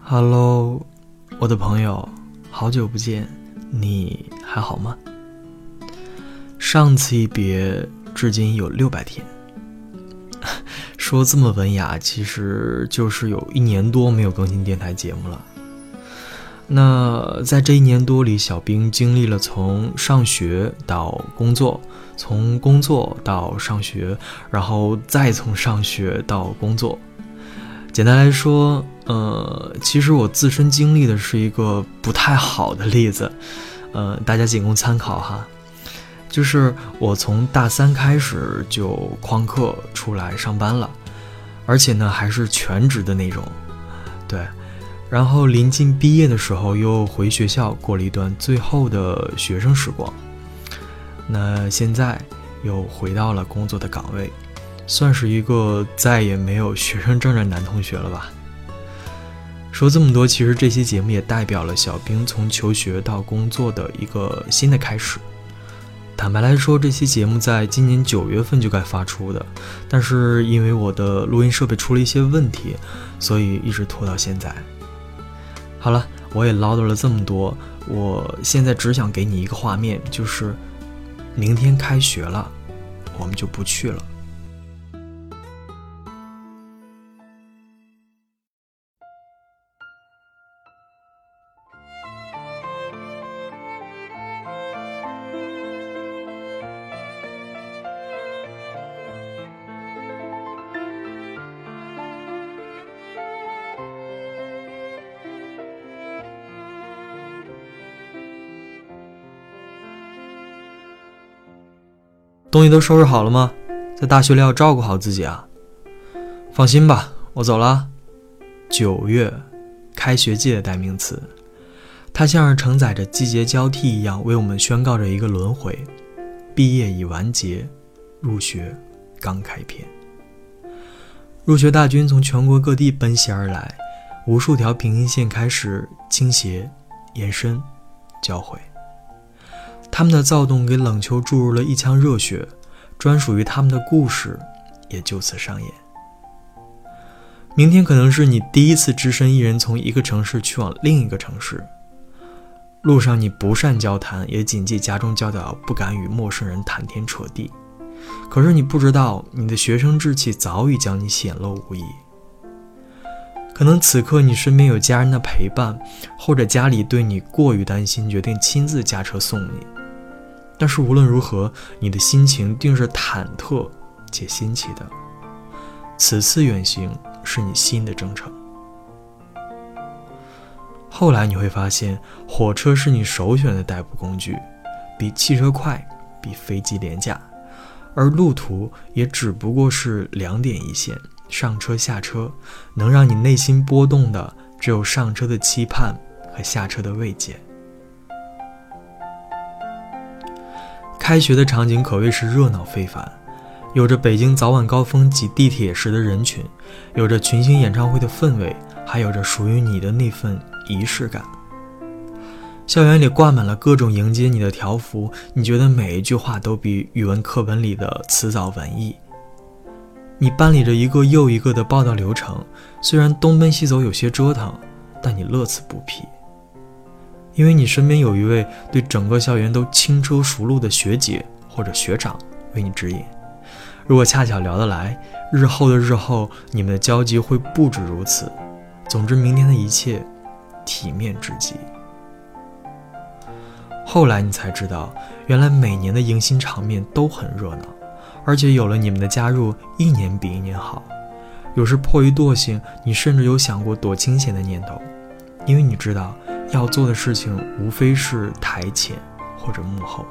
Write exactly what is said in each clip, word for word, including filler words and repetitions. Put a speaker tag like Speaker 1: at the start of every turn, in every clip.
Speaker 1: Hello， 我的朋友，好久不见，你还好吗？上次一别，至今有六百天。说这么文雅，其实就是有一年多没有更新电台节目了。那在这一年多里，小兵经历了从上学到工作，从工作到上学，然后再从上学到工作。简单来说，呃，其实我自身经历的是一个不太好的例子，呃，大家仅供参考哈。就是我从大三开始就旷课出来上班了，而且呢还是全职的那种，对。然后临近毕业的时候又回学校过了一段最后的学生时光，那现在又回到了工作的岗位，算是一个再也没有学生证的男同学了吧。说这么多，其实这期节目也代表了小兵从求学到工作的一个新的开始。坦白来说，这期节目在今年九月份就该发出的，但是因为我的录音设备出了一些问题，所以一直拖到现在。好了，我也唠叨了这么多，我现在只想给你一个画面，就是明天开学了，我们就不去了。东西都收拾好了吗？在大学里要照顾好自己啊。放心吧，我走了。九月，开学季的代名词，它像是承载着季节交替一样，为我们宣告着一个轮回。毕业已完结，入学刚开篇。入学大军从全国各地奔袭而来，无数条平行线开始倾斜、延伸、交汇。他们的躁动给冷秋注入了一腔热血，专属于他们的故事也就此上演。明天可能是你第一次只身一人从一个城市去往另一个城市，路上你不善交谈，也谨记家中教导，不敢与陌生人谈天扯地。可是你不知道，你的学生志气早已将你显露无遗。可能此刻你身边有家人的陪伴，或者家里对你过于担心，决定亲自驾车送你。但是无论如何，你的心情定是忐忑且新奇的。此次远行是你新的征程。后来你会发现，火车是你首选的代步工具，比汽车快，比飞机廉价，而路途也只不过是两点一线，上车下车，能让你内心波动的只有上车的期盼和下车的慰藉。开学的场景可谓是热闹非凡，有着北京早晚高峰挤地铁时的人群，有着群星演唱会的氛围，还有着属于你的那份仪式感。校园里挂满了各种迎接你的条幅，你觉得每一句话都比语文课本里的词藻文艺。你办理着一个又一个的报到流程，虽然东奔西走有些折腾，但你乐此不疲。因为你身边有一位对整个校园都轻车熟路的学姐或者学长为你指引，如果恰巧聊得来，日后的日后，你们的交集会不止如此。总之，明天的一切体面至极。后来你才知道，原来每年的迎新场面都很热闹，而且有了你们的加入，一年比一年好。有时迫于惰性，你甚至有想过躲清闲的念头，因为你知道要做的事情无非是台前或者幕后。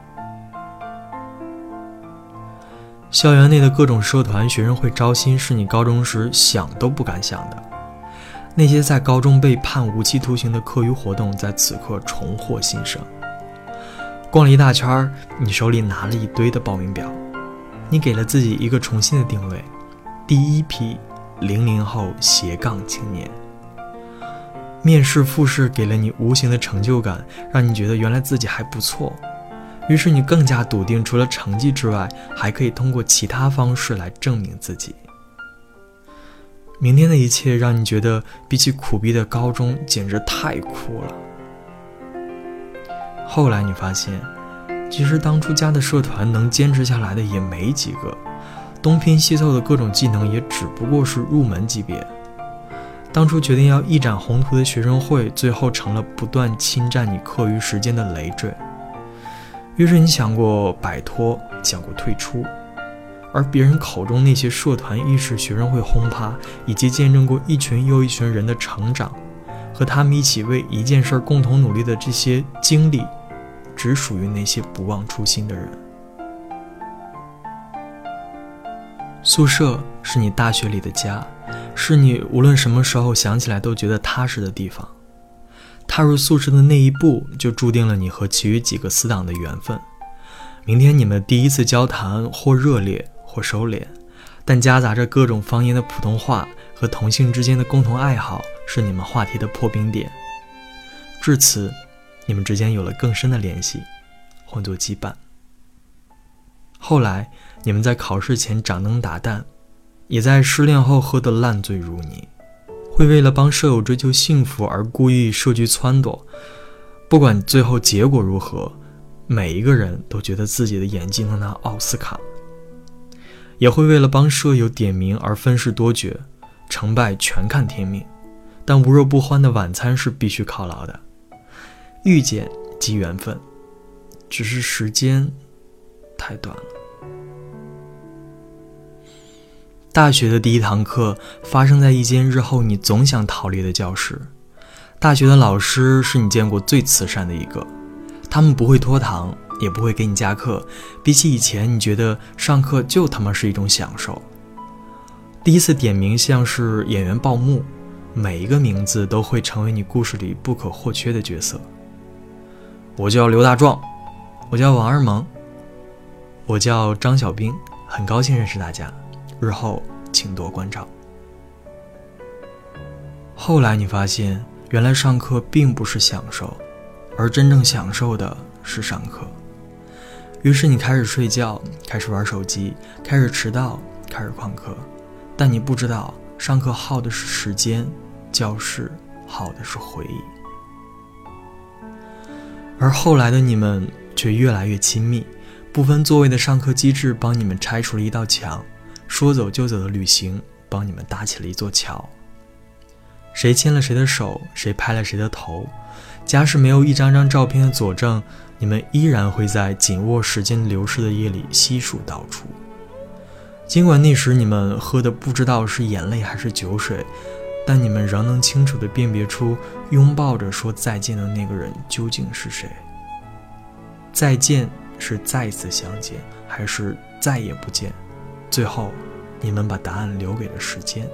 Speaker 1: 校园内的各种社团、学生会招新是你高中时想都不敢想的。那些在高中被判无期徒刑的课余活动在此刻重获新生。逛了一大圈，你手里拿了一堆的报名表，你给了自己一个重新的定位，第一批零零后斜杠青年。面试复试给了你无形的成就感，让你觉得原来自己还不错，于是你更加笃定，除了成绩之外，还可以通过其他方式来证明自己。 明天的一切让你觉得比起苦逼的高中简直太酷了。后来你发现，其实当初加的社团能坚持下来的也没几个，东拼西凑的各种技能也只不过是入门级别。当初决定要一展宏图的学生会，最后成了不断侵占你课余时间的累赘。于是你想过摆脱，想过退出，而别人口中那些社团意识、学生会轰趴，以及见证过一群又一群人的成长，和他们一起为一件事共同努力的这些经历，只属于那些不忘初心的人。宿舍是你大学里的家，是你无论什么时候想起来都觉得踏实的地方。踏入宿舍的那一步，就注定了你和其余几个死党的缘分。明天你们第一次交谈，或热烈或收敛，但夹杂着各种方言的普通话和同性之间的共同爱好，是你们话题的破冰点。至此，你们之间有了更深的联系，混作羁绊。后来你们在考试前掌灯打蛋，也在失恋后喝得烂醉如泥，会为了帮舍友追求幸福而故意设局撺掇。不管最后结果如何，每一个人都觉得自己的演技能拿奥斯卡，也会为了帮舍友点名而分饰多角，成败全看天命。但无肉不欢的晚餐是必须犒劳的。遇见即缘分，只是时间太短了。大学的第一堂课发生在一间日后你总想逃离的教室。大学的老师是你见过最慈善的一个，他们不会拖堂，也不会给你加课。比起以前，你觉得上课就他妈是一种享受。第一次点名像是演员报幕，每一个名字都会成为你故事里不可或缺的角色。我叫刘大壮，我叫王二萌，我叫张小兵，很高兴认识大家，日后请多关照。后来你发现，原来上课并不是享受，而真正享受的是上课。于是你开始睡觉，开始玩手机，开始迟到，开始旷课。但你不知道，上课耗的是时间，教室耗的是回忆。而后来的你们却越来越亲密，不分座位的上课机制帮你们拆除了一道墙，说走就走的旅行帮你们搭起了一座桥。谁牵了谁的手，谁拍了谁的头，假使没有一张张照片的佐证，你们依然会在紧握时间流逝的夜里悉数倒出。尽管那时你们喝的不知道是眼泪还是酒水，但你们仍能清楚地辨别出拥抱着说再见的那个人究竟是谁。再见是再一次相见，还是再也不见？最后你们把答案留给了时间。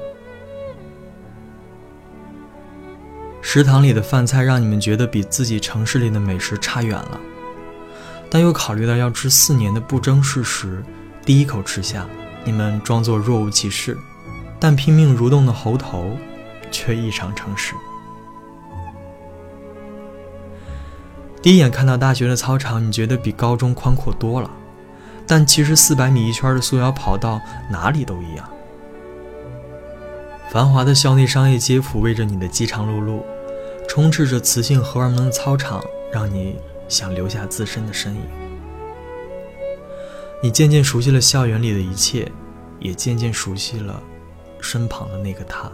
Speaker 1: 食堂里的饭菜让你们觉得比自己城市里的美食差远了，但又考虑到要吃四年的不争事实，第一口吃下，你们装作若无其事，但拼命蠕动的喉头却异常诚实。第一眼看到大学的操场，你觉得比高中宽阔多了，但其实四百米一圈的塑胶跑道哪里都一样。繁华的校内商业街抚慰着你的饥肠辘辘，充斥着雌性荷尔蒙的操场让你想留下自身的身影。你渐渐熟悉了校园里的一切，也渐渐熟悉了身旁的那个他。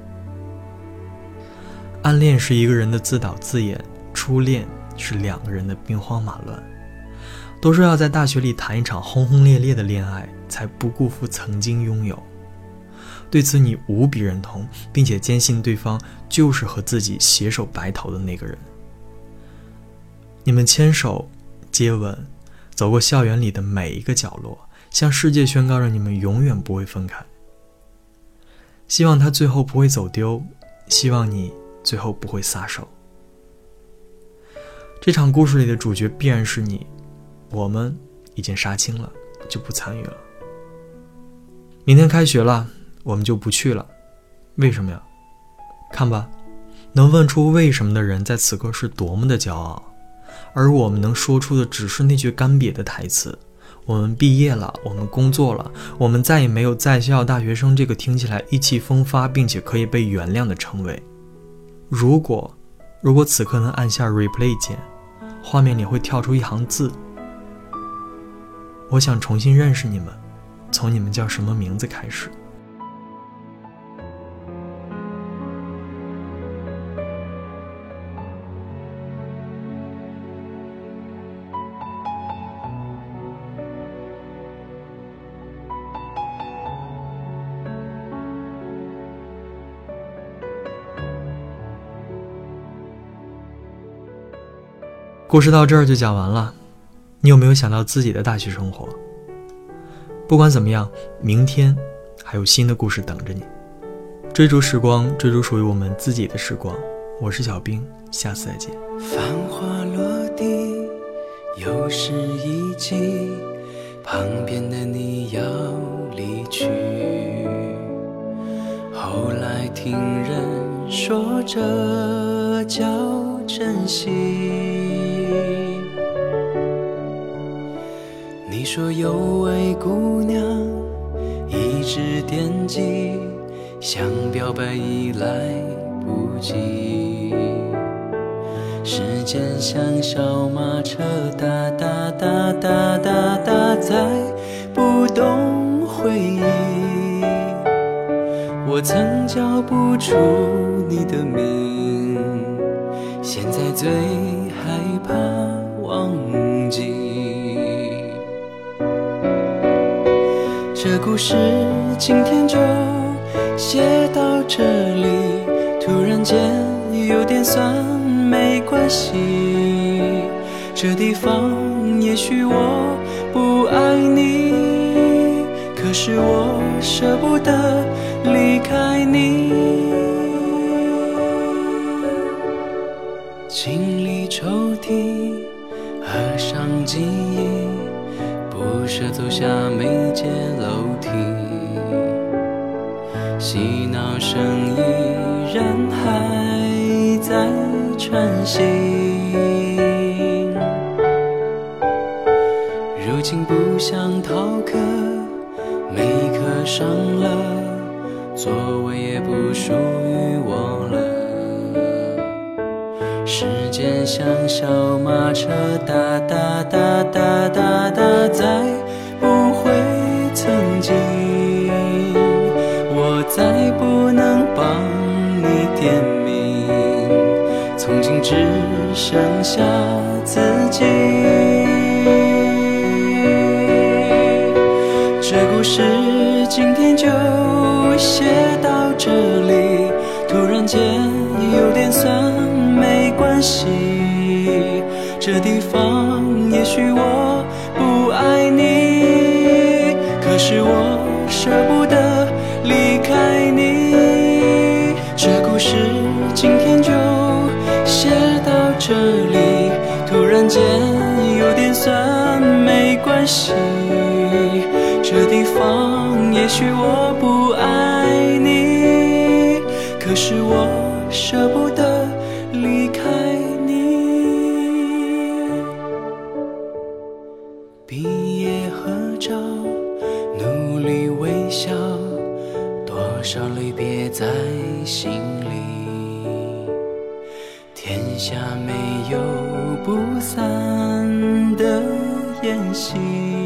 Speaker 1: 暗恋是一个人的自导自演，初恋是两个人的兵荒马乱。都说要在大学里谈一场轰轰烈烈的恋爱，才不辜负曾经拥有。对此你无比认同，并且坚信对方就是和自己携手白头的那个人。你们牵手接吻，走过校园里的每一个角落，向世界宣告着你们永远不会分开。希望他最后不会走丢，希望你最后不会撒手。这场故事里的主角必然是你，我们已经杀青了，就不参与了。明天开学了，我们就不去了。为什么呀？看吧，能问出为什么的人在此刻是多么的骄傲，而我们能说出的只是那句干瘪的台词： 我们毕业了，我们工作了，我们再也没有在校大学生这个听起来意气风发并且可以被原谅的称谓。如果如果此刻能按下 replay 键，画面里会跳出一行字：我想重新认识你们，从你们叫什么名字开始。故事到这儿就讲完了，你有没有想到自己的大学生活？不管怎么样，明天还有新的故事等着你。追逐时光，追逐属于我们自己的时光。我是小兵，下次再见。
Speaker 2: 繁花落地，又是一季，旁边的你要离去。后来听人说这叫珍惜，你说有位姑娘一直惦记，想表白已来不及。时间像小马车哒哒哒哒哒哒，载不动回忆。我曾叫不出你的名，现在最害怕忘记。这故事今天就写到这里，突然间有点酸，没关系。这地方也许我不爱你，可是我舍不得离开你。清理抽屉，合上记忆，不舍走下每节楼梯，嬉闹声依然还在传行。如今不想逃课，每课上了，座位也不属于我了。时间像小马车哒哒哒哒哒哒，再不会曾经。我再不能帮你点名，从今只剩下自己。这故事今天就写到这里，突然间有点酸，没关系。这地方也许我不爱你，可是我舍不得离开你。这故事今天就写到这里，突然间有点酸，没关系。这地方也许我不爱你，可是我舍不得离开你。毕业合照，努力微笑，多少泪别在心里。天下没有不散的宴席，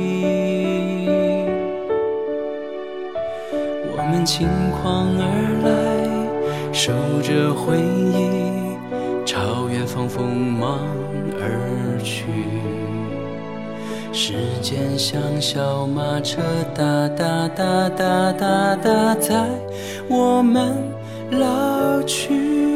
Speaker 2: 我们轻狂而来，守着回忆，朝远方锋芒而去。时间像小马车哒哒哒哒哒哒，载我们老去。